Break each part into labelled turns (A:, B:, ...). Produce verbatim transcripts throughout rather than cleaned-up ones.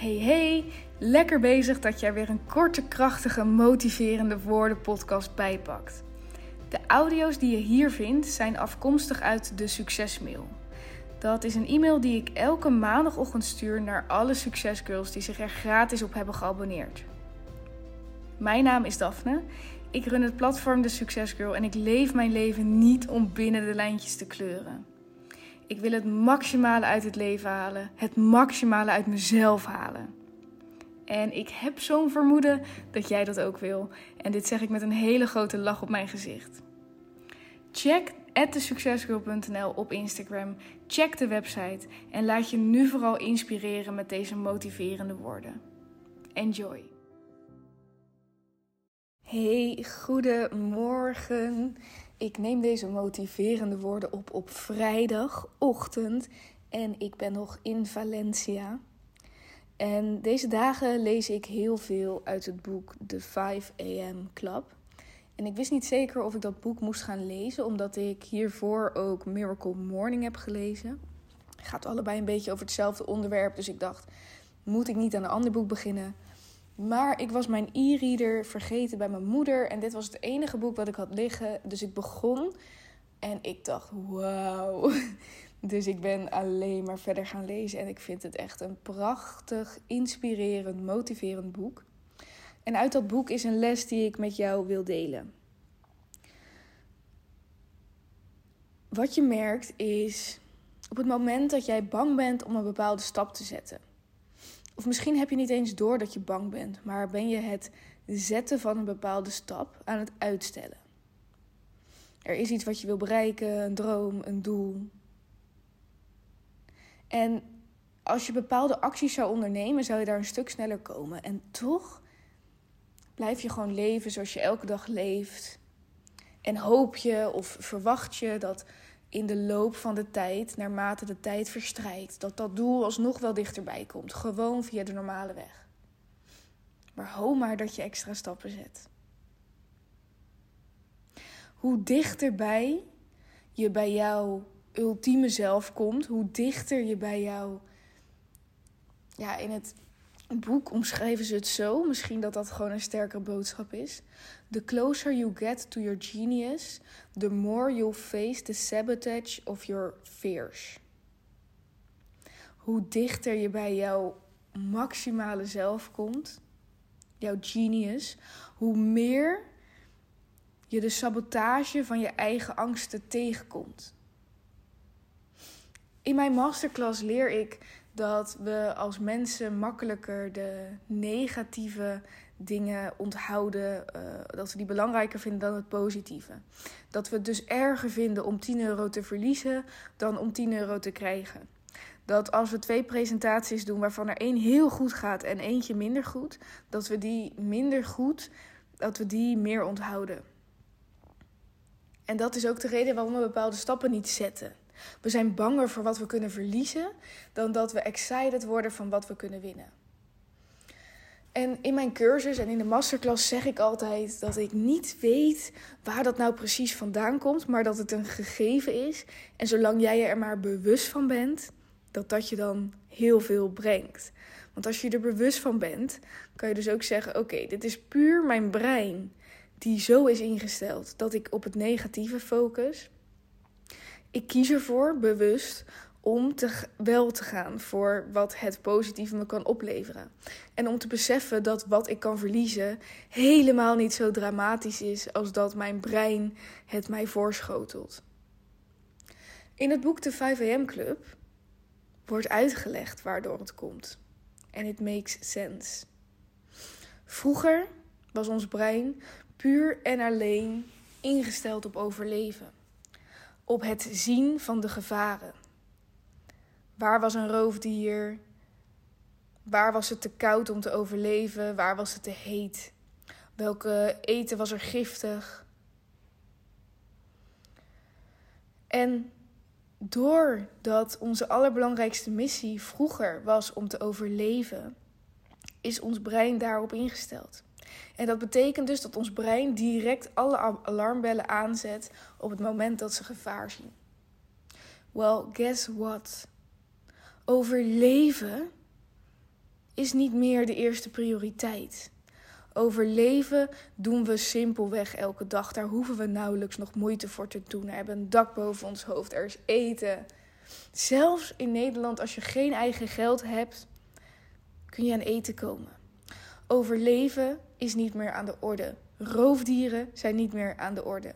A: Hey hey, lekker bezig dat jij weer een korte, krachtige, motiverende woordenpodcast bijpakt. De audio's die je hier vindt zijn afkomstig uit de Succesmail. Dat is een e-mail die ik elke maandagochtend stuur naar alle succesgirls die zich er gratis op hebben geabonneerd. Mijn naam is Daphne, ik run het platform De Succesgirl en ik leef mijn leven niet om binnen de lijntjes te kleuren. Ik wil het maximale uit het leven halen, het maximale uit mezelf halen. En ik heb zo'n vermoeden dat jij dat ook wil. En dit zeg ik met een hele grote lach op mijn gezicht. Check at the succesgirl punt n l op Instagram, check de website en laat je nu vooral inspireren met deze motiverende woorden. Enjoy! Hey, goedemorgen. Ik neem deze motiverende woorden op op vrijdagochtend en ik ben nog in Valencia. En deze dagen lees ik heel veel uit het boek The vijf a m Club. En ik wist niet zeker of ik dat boek moest gaan lezen, omdat ik hiervoor ook Miracle Morning heb gelezen. Het gaat allebei een beetje over hetzelfde onderwerp, dus ik dacht, moet ik niet aan een ander boek beginnen? Maar ik was mijn e-reader vergeten bij mijn moeder en dit was het enige boek wat ik had liggen. Dus ik begon en ik dacht, wauw. Dus ik ben alleen maar verder gaan lezen en ik vind het echt een prachtig, inspirerend, motiverend boek. En uit dat boek is een les die ik met jou wil delen. Wat je merkt is, op het moment dat jij bang bent om een bepaalde stap te zetten. Of misschien heb je niet eens door dat je bang bent, maar ben je het zetten van een bepaalde stap aan het uitstellen. Er is iets wat je wil bereiken, een droom, een doel. En als je bepaalde acties zou ondernemen, zou je daar een stuk sneller komen. En toch blijf je gewoon leven zoals je elke dag leeft. En hoop je of verwacht je dat in de loop van de tijd, naarmate de tijd verstrijkt, dat dat doel alsnog wel dichterbij komt. Gewoon via de normale weg. Maar hoop maar dat je extra stappen zet. Hoe dichterbij je bij jouw ultieme zelf komt, hoe dichter je bij jou, ja, in het boek omschrijven ze het zo, misschien dat dat gewoon een sterkere boodschap is. The closer you get to your genius, the more you'll face the sabotage of your fears. Hoe dichter je bij jouw maximale zelf komt, jouw genius, hoe meer je de sabotage van je eigen angsten tegenkomt. In mijn masterclass leer ik dat we als mensen makkelijker de negatieve dingen onthouden. Uh, dat we die belangrijker vinden dan het positieve. Dat we het dus erger vinden om tien euro te verliezen dan om tien euro te krijgen. Dat als we twee presentaties doen waarvan er één heel goed gaat en eentje minder goed, dat we die minder goed, dat we die meer onthouden. En dat is ook de reden waarom we bepaalde stappen niet zetten. We zijn banger voor wat we kunnen verliezen dan dat we excited worden van wat we kunnen winnen. En in mijn cursus en in de masterclass zeg ik altijd dat ik niet weet waar dat nou precies vandaan komt, maar dat het een gegeven is. En zolang jij je er maar bewust van bent, dat dat je dan heel veel brengt. Want als je er bewust van bent, kan je dus ook zeggen, oké, okay, dit is puur mijn brein die zo is ingesteld dat ik op het negatieve focus. Ik kies ervoor, bewust, om te, wel te gaan voor wat het positieve me kan opleveren. En om te beseffen dat wat ik kan verliezen helemaal niet zo dramatisch is als dat mijn brein het mij voorschotelt. In het boek The vijf a m Club wordt uitgelegd waardoor het komt. En it makes sense. Vroeger was ons brein puur en alleen ingesteld op overleven. Op het zien van de gevaren. Waar was een roofdier? Waar was het te koud om te overleven? Waar was het te heet? Welke eten was er giftig? En doordat onze allerbelangrijkste missie vroeger was om te overleven, is ons brein daarop ingesteld. En dat betekent dus dat ons brein direct alle alarmbellen aanzet op het moment dat ze gevaar zien. Well, guess what? Overleven is niet meer de eerste prioriteit. Overleven doen we simpelweg elke dag. Daar hoeven we nauwelijks nog moeite voor te doen. We hebben een dak boven ons hoofd, er is eten. Zelfs in Nederland, als je geen eigen geld hebt, kun je aan eten komen. Overleven is niet meer aan de orde. Roofdieren zijn niet meer aan de orde.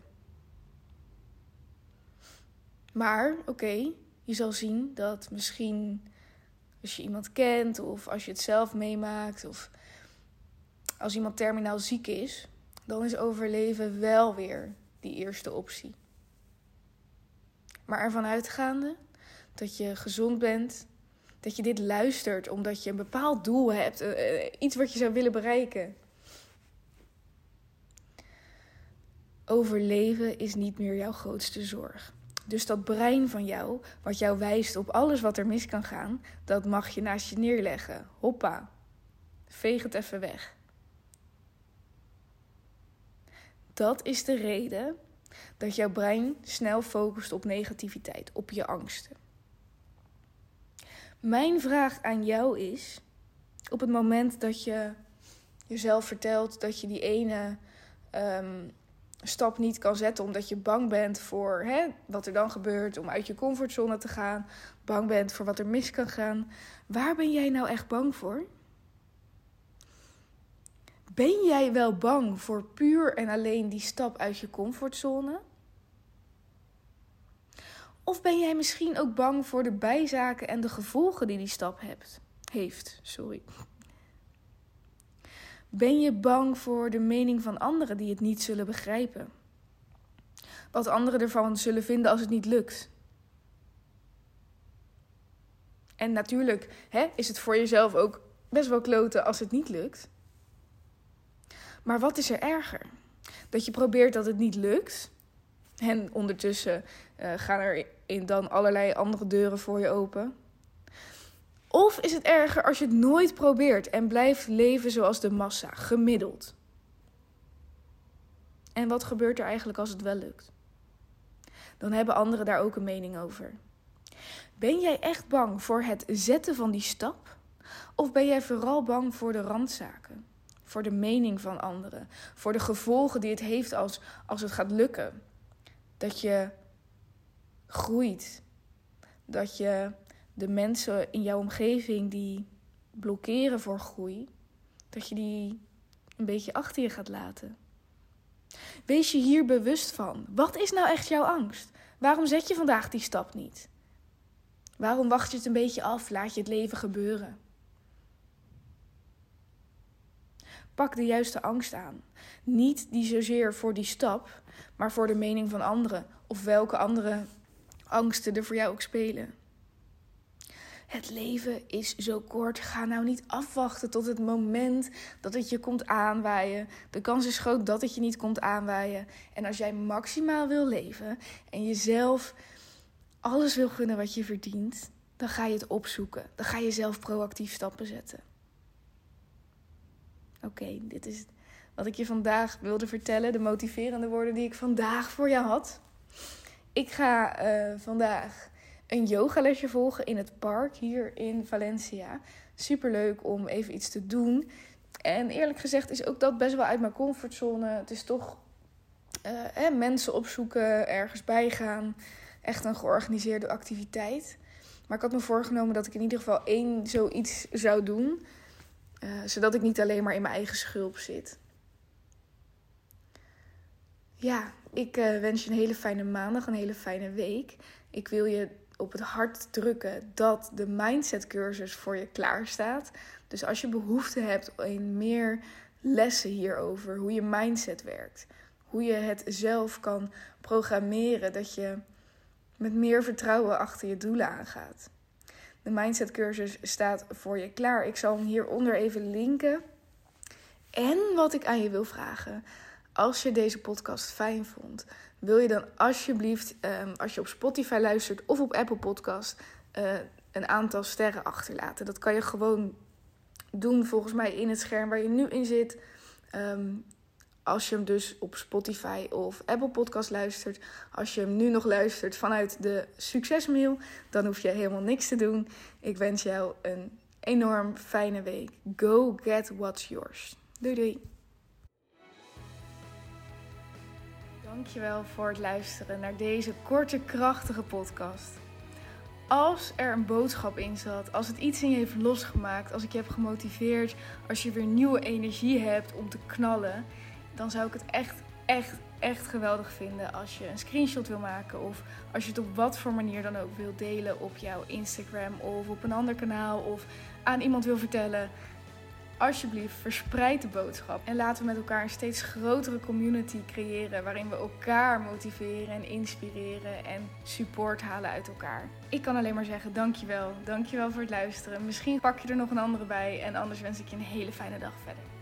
A: Maar, oké, okay, je zal zien dat misschien als je iemand kent of als je het zelf meemaakt of als iemand terminaal ziek is, dan is overleven wel weer die eerste optie. Maar ervan uitgaande dat je gezond bent, dat je dit luistert omdat je een bepaald doel hebt, iets wat je zou willen bereiken. Overleven is niet meer jouw grootste zorg. Dus dat brein van jou, wat jou wijst op alles wat er mis kan gaan, dat mag je naast je neerleggen. Hoppa, veeg het even weg. Dat is de reden dat jouw brein snel focust op negativiteit, op je angsten. Mijn vraag aan jou is, op het moment dat je jezelf vertelt dat je die ene um, stap niet kan zetten omdat je bang bent voor hè, wat er dan gebeurt, om uit je comfortzone te gaan, bang bent voor wat er mis kan gaan, waar ben jij nou echt bang voor? Ben jij wel bang voor puur en alleen die stap uit je comfortzone? Of ben jij misschien ook bang voor de bijzaken en de gevolgen die die stap hebt, heeft? Sorry. Ben je bang voor de mening van anderen die het niet zullen begrijpen? Wat anderen ervan zullen vinden als het niet lukt? En natuurlijk hè, is het voor jezelf ook best wel kloten als het niet lukt. Maar wat is er erger? Dat je probeert dat het niet lukt. En ondertussen uh, gaan er in dan allerlei andere deuren voor je open. Of is het erger als je het nooit probeert en blijft leven zoals de massa, gemiddeld? En wat gebeurt er eigenlijk als het wel lukt? Dan hebben anderen daar ook een mening over. Ben jij echt bang voor het zetten van die stap? Of ben jij vooral bang voor de randzaken? Voor de mening van anderen? Voor de gevolgen die het heeft als, als het gaat lukken? Dat je groeit. Dat je de mensen in jouw omgeving die blokkeren voor groei, dat je die een beetje achter je gaat laten. Wees je hier bewust van. Wat is nou echt jouw angst? Waarom zet je vandaag die stap niet? Waarom wacht je het een beetje af? Laat je het leven gebeuren. Pak de juiste angst aan. Niet die zozeer voor die stap, maar voor de mening van anderen. Of welke andere angsten er voor jou ook spelen. Het leven is zo kort. Ga nou niet afwachten tot het moment dat het je komt aanwaaien. De kans is groot dat het je niet komt aanwaaien. En als jij maximaal wil leven en jezelf alles wil gunnen wat je verdient, dan ga je het opzoeken. Dan ga je zelf proactief stappen zetten. Oké, okay, dit is wat ik je vandaag wilde vertellen. De motiverende woorden die ik vandaag voor jou had. Ik ga uh, vandaag een yogalesje volgen in het park hier in Valencia. Superleuk om even iets te doen. En eerlijk gezegd is ook dat best wel uit mijn comfortzone. Het is toch uh, eh, mensen opzoeken, ergens bij gaan. Echt een georganiseerde activiteit. Maar ik had me voorgenomen dat ik in ieder geval één zoiets zou doen. Uh, zodat ik niet alleen maar in mijn eigen schulp zit. Ja, ik uh, wens je een hele fijne maandag, een hele fijne week. Ik wil je op het hart drukken dat de mindset cursus voor je klaar staat. Dus als je behoefte hebt in meer lessen hierover, hoe je mindset werkt, hoe je het zelf kan programmeren, dat je met meer vertrouwen achter je doelen aangaat. De mindset cursus staat voor je klaar. Ik zal hem hieronder even linken. En wat ik aan je wil vragen, als je deze podcast fijn vond, wil je dan alsjeblieft, um, als je op Spotify luistert of op Apple Podcast, uh, een aantal sterren achterlaten. Dat kan je gewoon doen volgens mij in het scherm waar je nu in zit. Um, als je hem dus op Spotify of Apple Podcast luistert. Als je hem nu nog luistert vanuit de succesmail, dan hoef je helemaal niks te doen. Ik wens jou een enorm fijne week. Go get what's yours. Doei doei. Dankjewel voor het luisteren naar deze korte, krachtige podcast. Als er een boodschap in zat, als het iets in je heeft losgemaakt, als ik je heb gemotiveerd, als je weer nieuwe energie hebt om te knallen, dan zou ik het echt, echt, echt geweldig vinden als je een screenshot wil maken of als je het op wat voor manier dan ook wil delen op jouw Instagram of op een ander kanaal of aan iemand wil vertellen. Alsjeblieft, verspreid de boodschap en laten we met elkaar een steeds grotere community creëren waarin we elkaar motiveren en inspireren en support halen uit elkaar. Ik kan alleen maar zeggen dankjewel, dankjewel voor het luisteren. Misschien pak je er nog een andere bij en anders wens ik je een hele fijne dag verder.